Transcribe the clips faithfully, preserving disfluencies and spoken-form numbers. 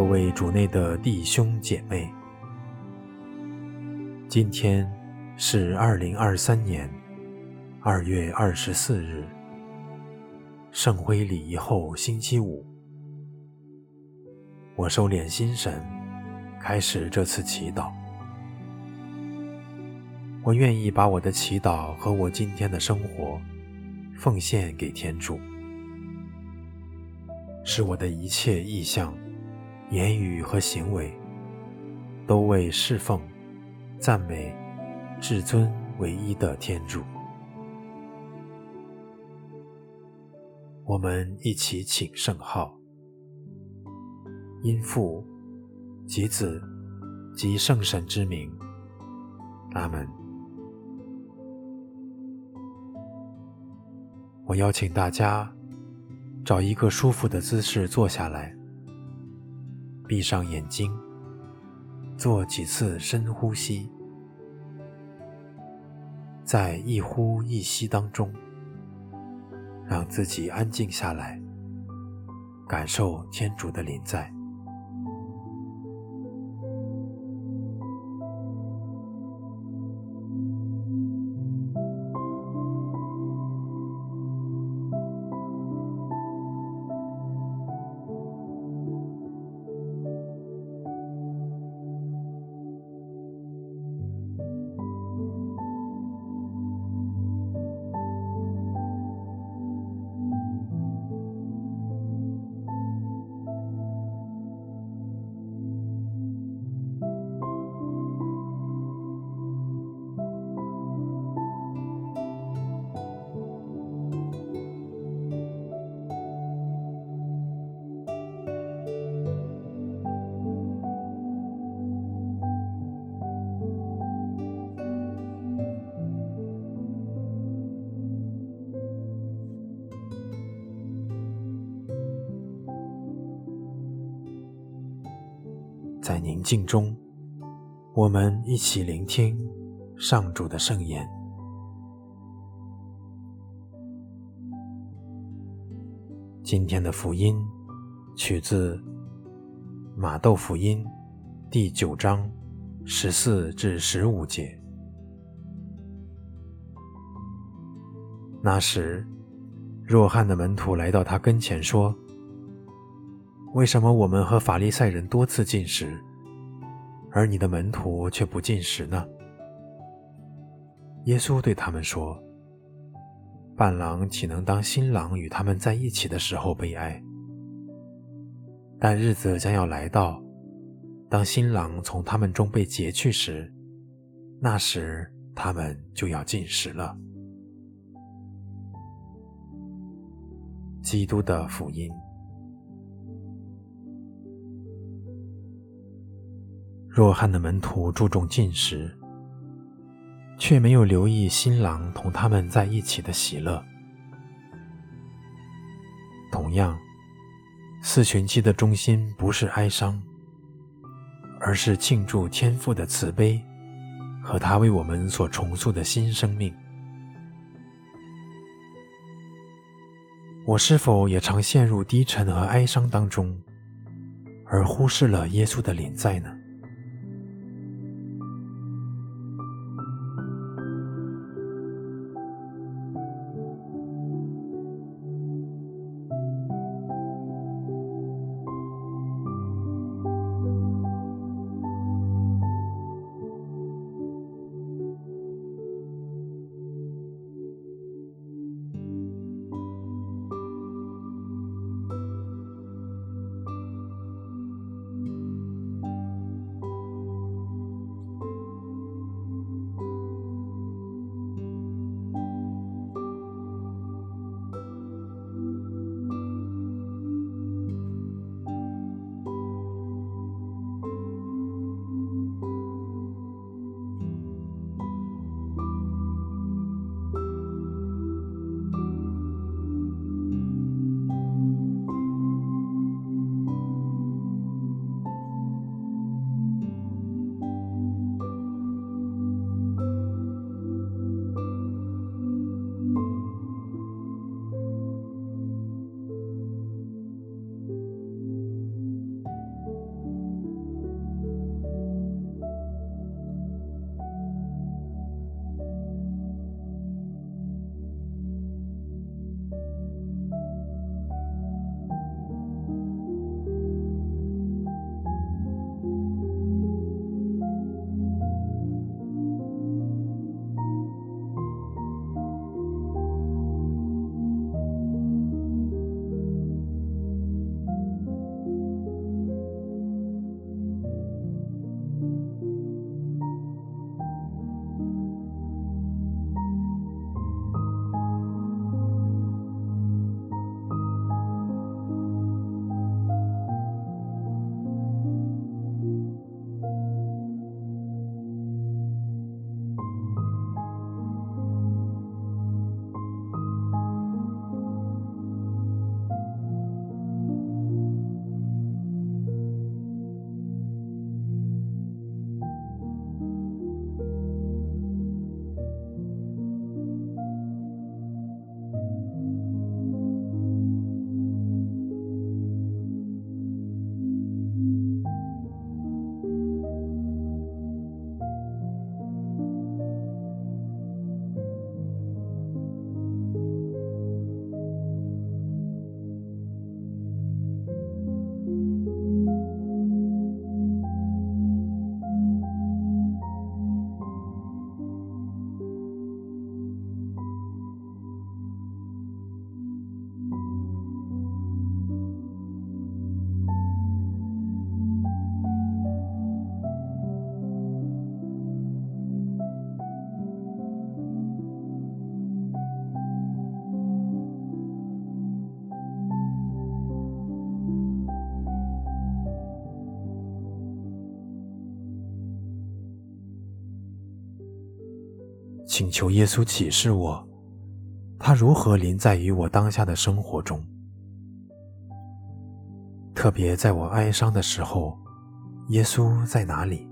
各位主内的弟兄姐妹，今天是二零二三年二月二十四日，圣灰礼仪后星期五。我收敛心神，开始这次祈祷。我愿意把我的祈祷和我今天的生活奉献给天主，使我的一切意向、言语和行为都为侍奉、赞美至尊唯一的天主。我们一起请圣号，因父及子及圣神之名，阿们。我邀请大家找一个舒服的姿势坐下来，闭上眼睛，做几次深呼吸。在一呼一吸当中，让自己安静下来，感受天主的临在。在宁静中，我们一起聆听上主的圣言。今天的福音取自马窦福音第九章十四至十五节。那时，若翰的门徒来到他跟前说，为什么我们和法利赛人多次进食，而你的门徒却不进食呢？耶稣对他们说，伴郎岂能当新郎与他们在一起的时候悲哀？但日子将要来到，当新郎从他们中被劫去时，那时他们就要进食了。基督的福音。若翰的门徒注重进食，却没有留意新郎同他们在一起的喜乐。同样，四旬期的中心不是哀伤，而是庆祝天父的慈悲和他为我们所重塑的新生命。我是否也常陷入低沉和哀伤当中，而忽视了耶稣的临在呢？ 请求耶稣启示我，他如何临在于我当下的生活中。特别在我哀伤的时候，耶稣在哪里？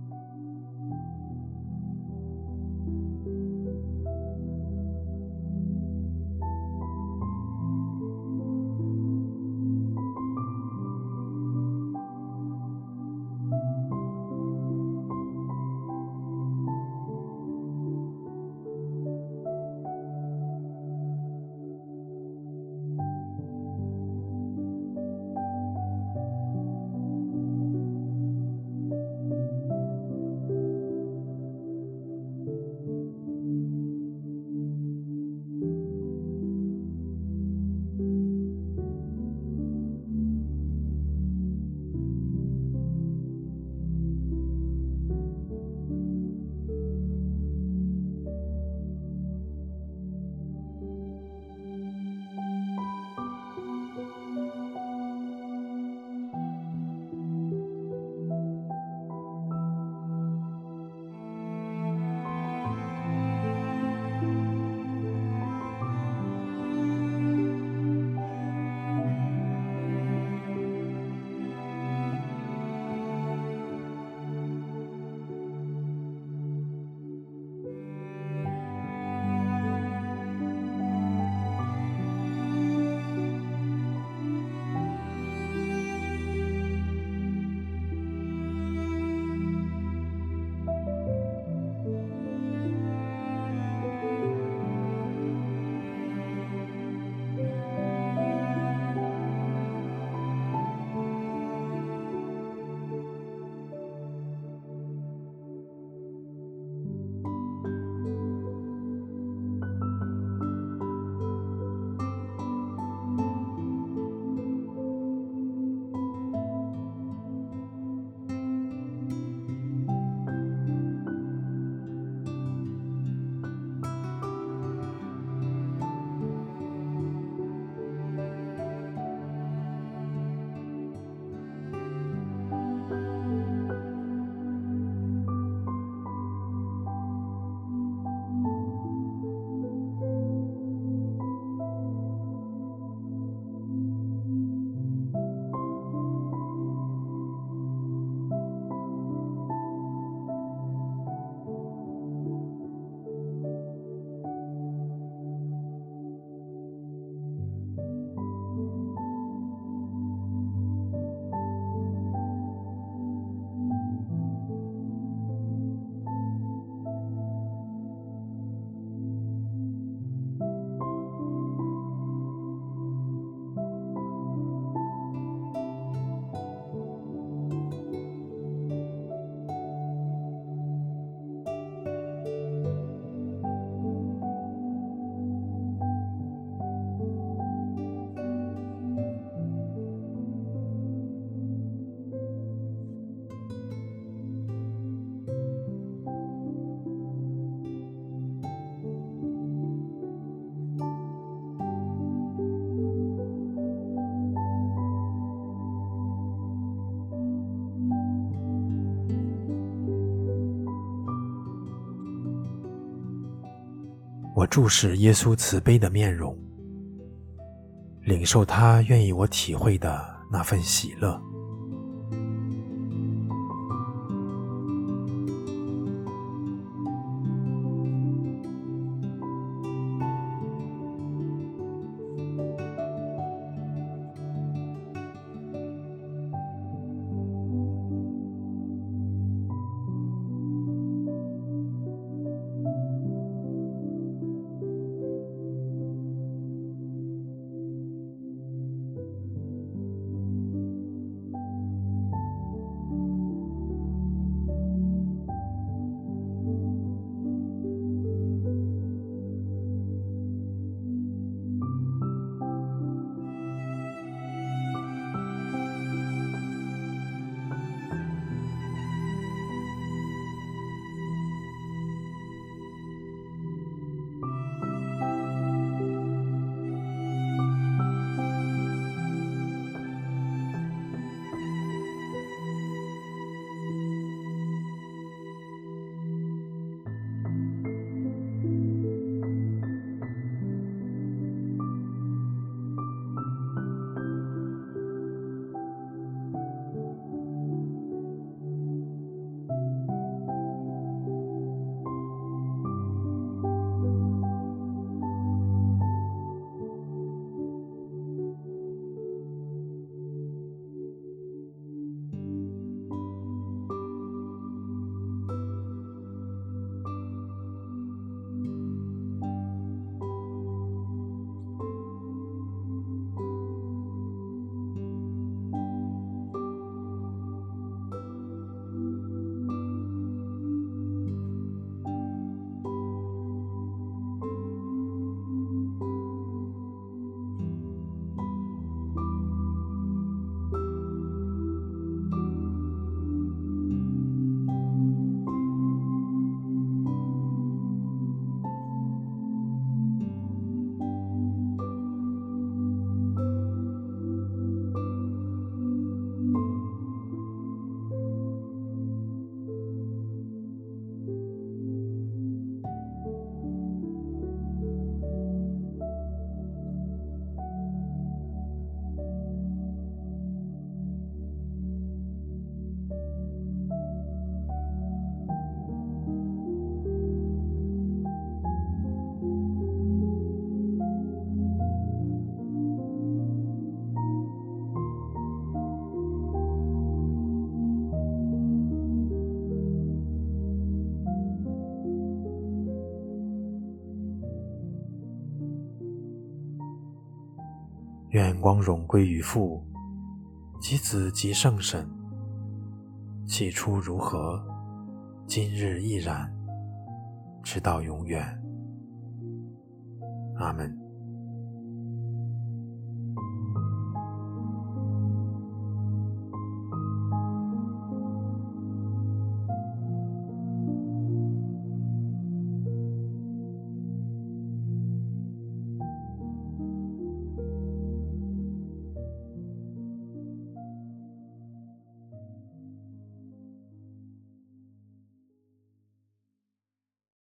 我注视耶稣慈悲的面容，领受他愿意我体会的那份喜乐。 愿光荣归于父，及子及圣神，起初如何，今日亦然，直到永远。阿们。